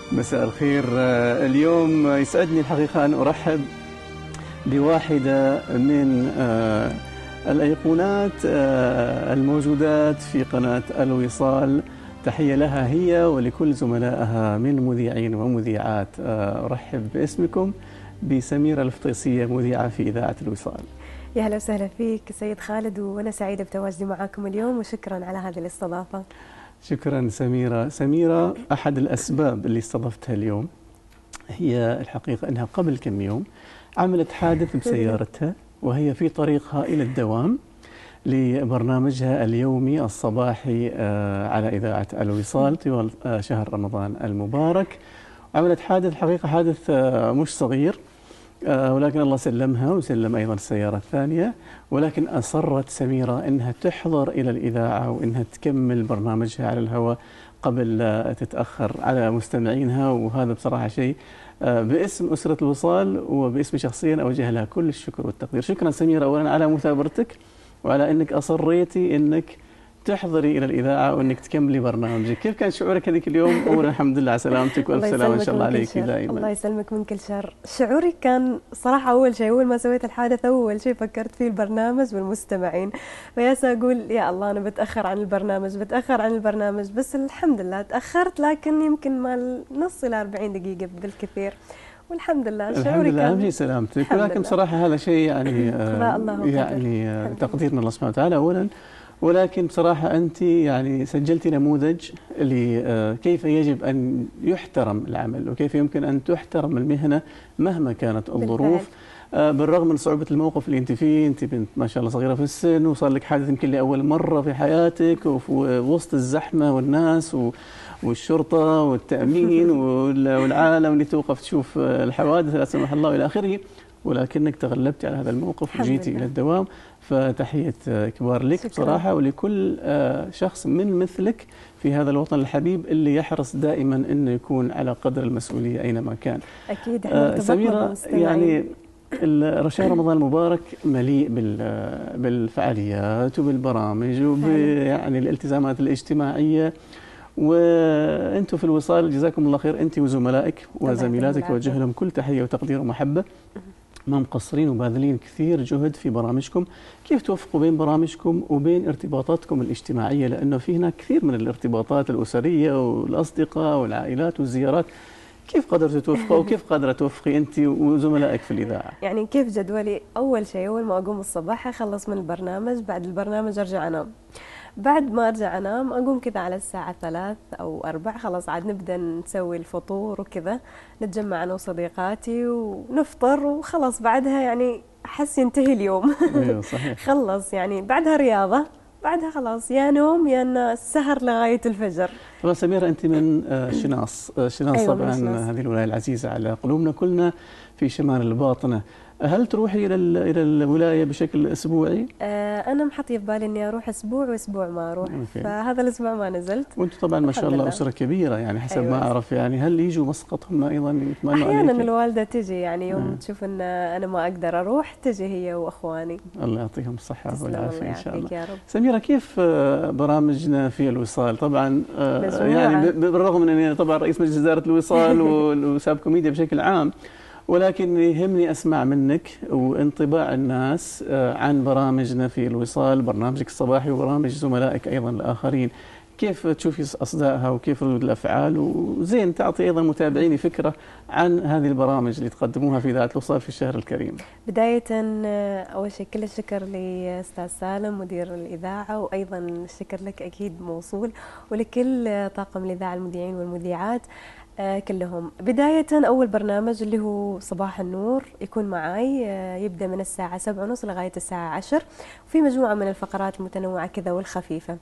مساء الخير. اليوم يسعدني الحقيقة أن أرحب بواحدة من الأيقونات الموجودات في قناة الوصال. تحية لها هي ولكل زملائها من مذيعين ومذيعات. أرحب باسمكم بسميرة الفطيسية، مذيعة في إذاعة الوصال. يا هلا وسهلا فيك سيد خالد، وأنا سعيدة بتواجدي معاكم اليوم، وشكرا على هذه الاستضافة. شكرا سميرة. سميرة أحد الأسباب اللي استضفتها اليوم هي الحقيقة أنها قبل كم يوم عملت حادث بسيارتها وهي في طريقها إلى الدوام لبرنامجها اليومي الصباحي على إذاعة الوصال طوال شهر رمضان المبارك. عملت حادث، حقيقة حادث مش صغير، ولكن الله سلمها وسلم أيضا السيارة الثانية، ولكن أصرت سميرة أنها تحضر إلى الإذاعة وأنها تكمل برنامجها على الهواء قبل لا تتأخر على مستمعينها. وهذا بصراحة شيء باسم أسرة الوصال وباسم شخصيا أوجه لها كل الشكر والتقدير. شكرا سميرة أولا على مثابرتك وعلى أنك أصريتي أنك تحضري إلى الإذاعة وأنك تكملي برنامجك. كيف كان شعورك هذيك اليوم؟ أولا الحمد لله على سلامتك وألف سلامة إن شاء الله عليك دائما. الله يسلمك من كل شر. شعوري كان صراحة أول ما سويت الحادث أول شيء فكرت فيه البرنامج والمستمعين، فياسا أقول يا الله أنا بتأخر عن البرنامج، بس الحمد لله تأخرت، لكن يمكن ما نص إلى 40 دقيقة بالكثير، والحمد لله. الحمد لله أهم شيء سلامتك، ولكن بصراحة هذا شيء يعني تقدير من الله سبحانه وتعالى أولا، ولكن بصراحة أنت يعني سجلتي نموذج لكيف يجب أن يحترم العمل وكيف يمكن أن تحترم المهنة مهما كانت الظروف. بالرغم من صعوبة الموقف اللي أنت فيه، أنت بنت ما شاء الله صغيرة في السن وصار لك حادث يمكن لأول مرة في حياتك وفي وسط الزحمة والناس والشرطة والتأمين والعالم اللي توقف تشوف الحوادث لا سمح الله إلى آخره، ولكنك تغلبتي على هذا الموقف وجيتي إلى الدوام. فتحية كبار لك بصراحة ولكل شخص من مثلك في هذا الوطن الحبيب اللي يحرص دائما أنه يكون على قدر المسؤولية أينما كان. أكيد. سميرة، يعني شهر رمضان المبارك مليء بالفعاليات وبالبرامج ويعني الالتزامات الاجتماعية، وأنتم في الوصال جزاكم الله خير، أنت وزملائك وزميلاتك وجه لهم كل تحية وتقدير ومحبة. ما مقصرين وباذلين كثير جهد في برامجكم. كيف توفقوا بين برامجكم وبين ارتباطاتكم الاجتماعية؟ لأنه في هناك كثير من الارتباطات الأسرية والأصدقاء والعائلات والزيارات. كيف قدرتوا توفقوا وكيف قادرة توفقي أنت وزملائك في الإذاعة؟ يعني كيف جدولي؟ أول شيء أول ما أقوم الصباح أخلص من البرنامج، بعد البرنامج أرجع أنام. بعد ما أرجع أنام أقوم كذا على الساعة 3 أو 4، خلاص عاد نبدأ نسوي الفطور وكذا، نتجمع أنا وصديقاتي ونفطر، وخلاص بعدها يعني أحس ينتهي اليوم. أيوة صحيح. خلص يعني بعدها رياضة، بعدها خلاص يا نوم يا السهر لغاية الفجر. طبعا سميرة أنت من شناص. أيوة طبعا هذه الولاية العزيزة على قلوبنا كلنا في شمال الباطنة. هل تروحي إلى الولاية بشكل أسبوعي؟ أنا محطية في بالي إني أروح أسبوع وأسبوع ما أروح. فهذا الأسبوع ما نزلت. وأنتم طبعا ما شاء الله أسرة كبيرة، يعني حسب ما أعرف، يعني هل يجوا مسقط هم أيضا يطمئنوا عليك؟ أحيانا الوالدة تجي، يعني يوم تشوف إن أنا ما أقدر أروح تجي هي وأخواني. الله يعطيهم الصحة والعافية إن شاء الله. يا رب. سميرة، كيف برامجنا في الوصال؟ طبعا يعني بالرغم من أني طبعا رئيس مجلس إدارة الوصال وسابق كوميديا بشكل عام، ولكن يهمني أسمع منك وانطباع الناس عن برامجنا في الوصال، برنامجك الصباحي وبرامج زملائك أيضا الآخرين. كيف تشوفي أصدائها وكيف ردود الأفعال، وزين تعطي أيضا متابعيني فكرة عن هذه البرامج اللي تقدموها في إذاعة الوصال في الشهر الكريم؟ بداية أول شيء كل الشكر لأستاذ سالم مدير الإذاعة، وأيضا الشكر لك أكيد موصول، ولكل طاقم الإذاعة المذيعين والمذيعات كلهم. بداية أول برنامج اللي هو صباح النور يكون معاي، يبدأ من الساعة 7:30 لغاية الساعة 10، وفي مجموعة من الفقرات المتنوعة كذا والخفيفة.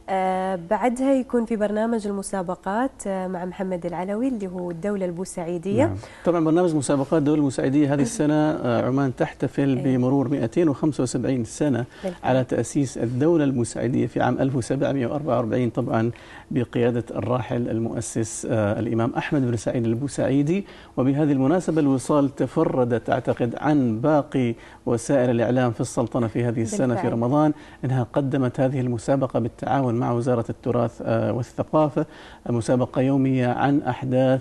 بعدها يكون في برنامج المسابقات مع محمد العلوي اللي هو الدولة البوسعيدية. نعم. طبعا برنامج مسابقات الدولة البوسعيدية هذه السنة عمان تحتفل بمرور 275 سنة على تأسيس الدولة البوسعيدية في عام 1744، طبعا بقيادة الراحل المؤسس الإمام أحمد أحمد بن سعيد البوسعيدي. وبهذه المناسبة الوصال تفردت أعتقد عن باقي وسائل الإعلام في السلطنة في هذه السنة في رمضان، أنها قدمت هذه المسابقة بالتعاون مع وزارة التراث والثقافة، مسابقة يومية عن أحداث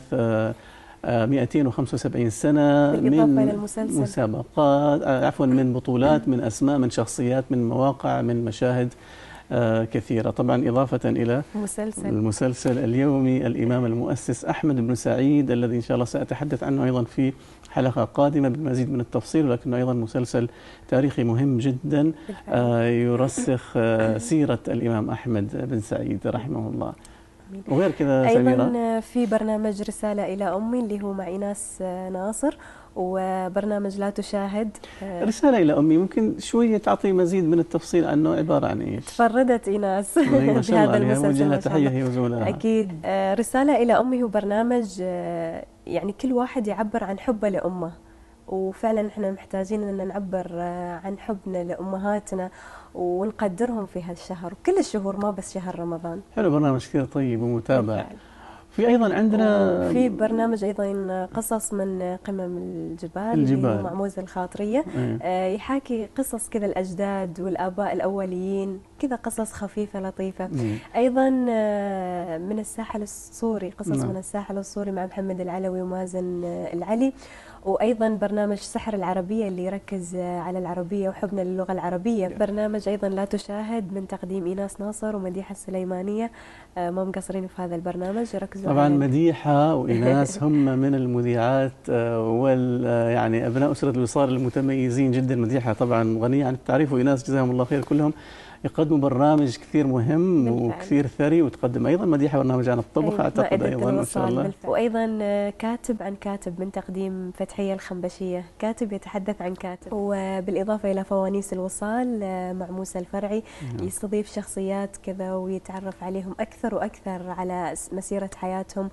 275 سنة من مسابقات، عفوا من بطولات، من أسماء، من شخصيات، من مواقع، من مشاهد كثيرة. طبعا إضافة إلى المسلسل اليومي الإمام المؤسس أحمد بن سعيد، الذي إن شاء الله سأتحدث عنه أيضا في حلقة قادمة بمزيد من التفصيل، ولكنه أيضا مسلسل تاريخي مهم جدا يرسخ سيرة الإمام أحمد بن سعيد رحمه الله. وغير كذا سميرة أيضا في برنامج رسالة إلى أمي اللي هو مع إيناس ناصر، وبرنامج لا تشاهد. رسالة إلى أمي ممكن شوية تعطي مزيد من التفصيل عنه، عبارة عن إيش؟ تفردت إيناس بهذا المسلسل. وجهنا تحية هي وزملائها. أكيد. رسالة إلى أمي هو برنامج يعني كل واحد يعبر عن حبه لأمه، وفعلا احنا محتاجين ان نعبر عن حبنا لامهاتنا ونقدرهم في هالشهر وكل الشهور، ما بس شهر رمضان. حلو، برنامج كثير طيب ومتابع. في ايضا عندنا في برنامج ايضا قصص من قمم الجبال مع موزة الخاطرية، يحاكي قصص كذا الاجداد والاباء الاوليين، كذا قصص خفيفه لطيفه. ايضا من الساحل السوري، قصص من الساحل السوري مع محمد العلوي ومازن العلي. وأيضا برنامج سحر العربية اللي يركز على العربية وحبنا للغة العربية. برنامج أيضا لا تشاهد من تقديم إيناس ناصر ومديحة السليمانية، ما مقصرين في هذا البرنامج، يركزوا طبعا مديحة وإيناس هم من المذيعات يعني أبناء أسرة الوصال المتميزين جدا. مديحة طبعا غنية عن التعريف، وإيناس جزاهم الله خير كلهم يقدموا برنامج كثير مهم وكثير ثري. وتقدم ايضا مديحه برنامج عن الطبخ اعتقد ايضا ما شاء الله. وايضا كاتب عن كاتب من تقديم فتحيه الخنبشيه، كاتب يتحدث عن كاتب. وبالاضافه الى فوانيس الوصال مع موسى الفرعي، يستضيف شخصيات كذا ويتعرف عليهم اكثر واكثر على مسيره حياتهم.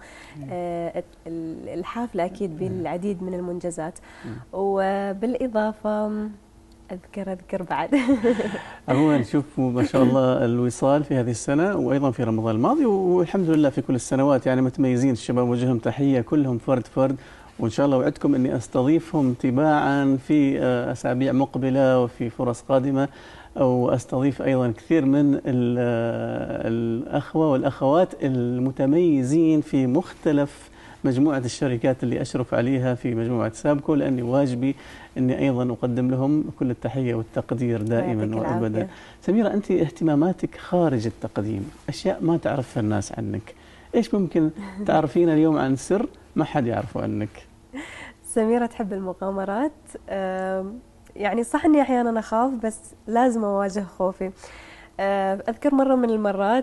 الحافله اكيد بالعديد من المنجزات. وبالاضافه أذكر بعد. عموما شوفوا ما شاء الله الوصال في هذه السنة وأيضا في رمضان الماضي والحمد لله في كل السنوات يعني متميزين. الشباب وجههم تحية كلهم فرد فرد، وإن شاء الله وعدكم أني أستضيفهم تباعا في أسابيع مقبلة وفي فرص قادمة، وأستضيف أيضا كثير من الأخوة والأخوات المتميزين في مختلف مجموعة الشركات اللي أشرف عليها في مجموعة سابكو، لأني واجبي أني أيضا أقدم لهم كل التحية والتقدير دائما وأبدا. سميرة، أنت اهتماماتك خارج التقديم، أشياء ما تعرفها الناس عنك، إيش ممكن تعرفين اليوم عن سر ما حد يعرفه عنك؟ سميرة تحب المغامرات، يعني صح أني أحيانا أخاف بس لازم أواجه خوفي. أذكر مرة من المرات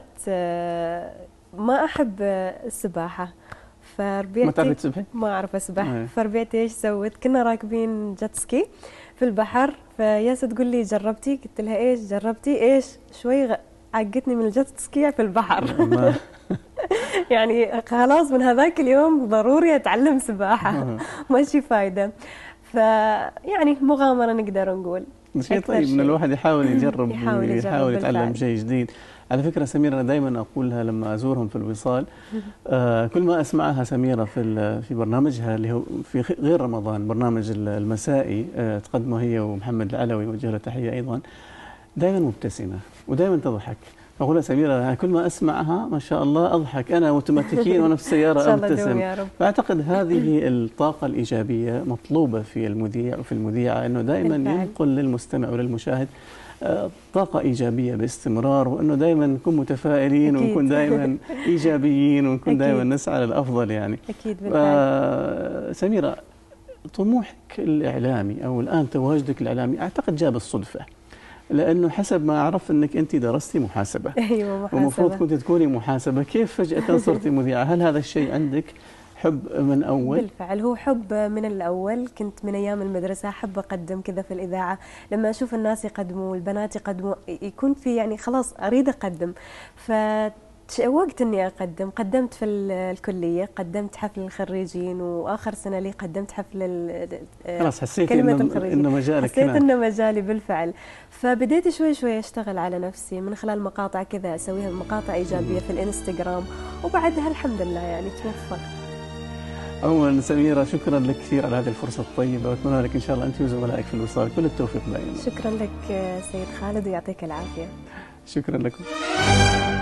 ما أحب السباحة، فربيعتي ما تعرفي تسبحي؟ ما أعرف أسبح. فربيعتي إيش سوت؟ كنا راكبين جت سكي في البحر، فياسا تقول لي جربتي؟ قلت لها إيش جربتي؟ إيش شوي عقتني من الجت سكي في البحر. يعني خلاص من هذاك اليوم ضروري أتعلم سباحة، ماشي فايدة. فيعني مغامرة نقدر نقول. شيء طيب من الواحد يحاول يجرب ويحاول يتعلم شيء جديد. على فكرة سميرة أنا دائما أقولها لما أزورهم في الوصال، كل ما أسمعها سميرة في برنامجها اللي هو في غير رمضان، برنامج المسائي تقدمه هي ومحمد العلوي وجه له تحية أيضا، دائما مبتسمة ودائما تضحك. أقول سميرة كل ما أسمعها ما شاء الله أضحك أنا اوتوماتيكيا وأنا في السيارة أبتسم. فأعتقد هذه الطاقة الإيجابية مطلوبة في المذيع وفي المذيعة، أنه دائما ينقل للمستمع وللمشاهد طاقة إيجابية باستمرار، وأنه دائما نكون متفائلين ونكون دائما إيجابيين ونكون دائما نسعى للأفضل يعني. أكيد بالفعل. سميرة، طموحك الإعلامي أو الآن تواجدك الإعلامي أعتقد جاء بالصدفة، لأنه حسب ما أعرف أنك أنت درستي محاسبة. أيوة محاسبة. ومفروض كنت تكوني محاسبة، كيف فجأة صرتي مذيعة؟ هل هذا الشيء عندك حب من أول؟ بالفعل هو حب من الأول، كنت من أيام المدرسة أحب أقدم كذا في الإذاعة، لما أشوف الناس يقدموا والبنات يقدموا يكون في يعني خلاص أريد أقدم، فتشوقت إني أقدم. قدمت في الكلية، قدمت حفل الخريجين، وآخر سنة لي قدمت حفل خلاص حسيت إنه مجالك. حسيت إنه مجالي بالفعل. فبديت شوي شوي أشتغل على نفسي من خلال مقاطع كذا أسويها، مقاطع إيجابية في الإنستغرام، وبعدها الحمد لله يعني توفقت. عموما سميرة، شكرا لك كثير على هذه الفرصة الطيبة، وأتمنى لك إن شاء الله أنت وزملائك في الوصال كل التوفيق دائما. شكرا لك سيد خالد ويعطيك العافية. شكرا لكم.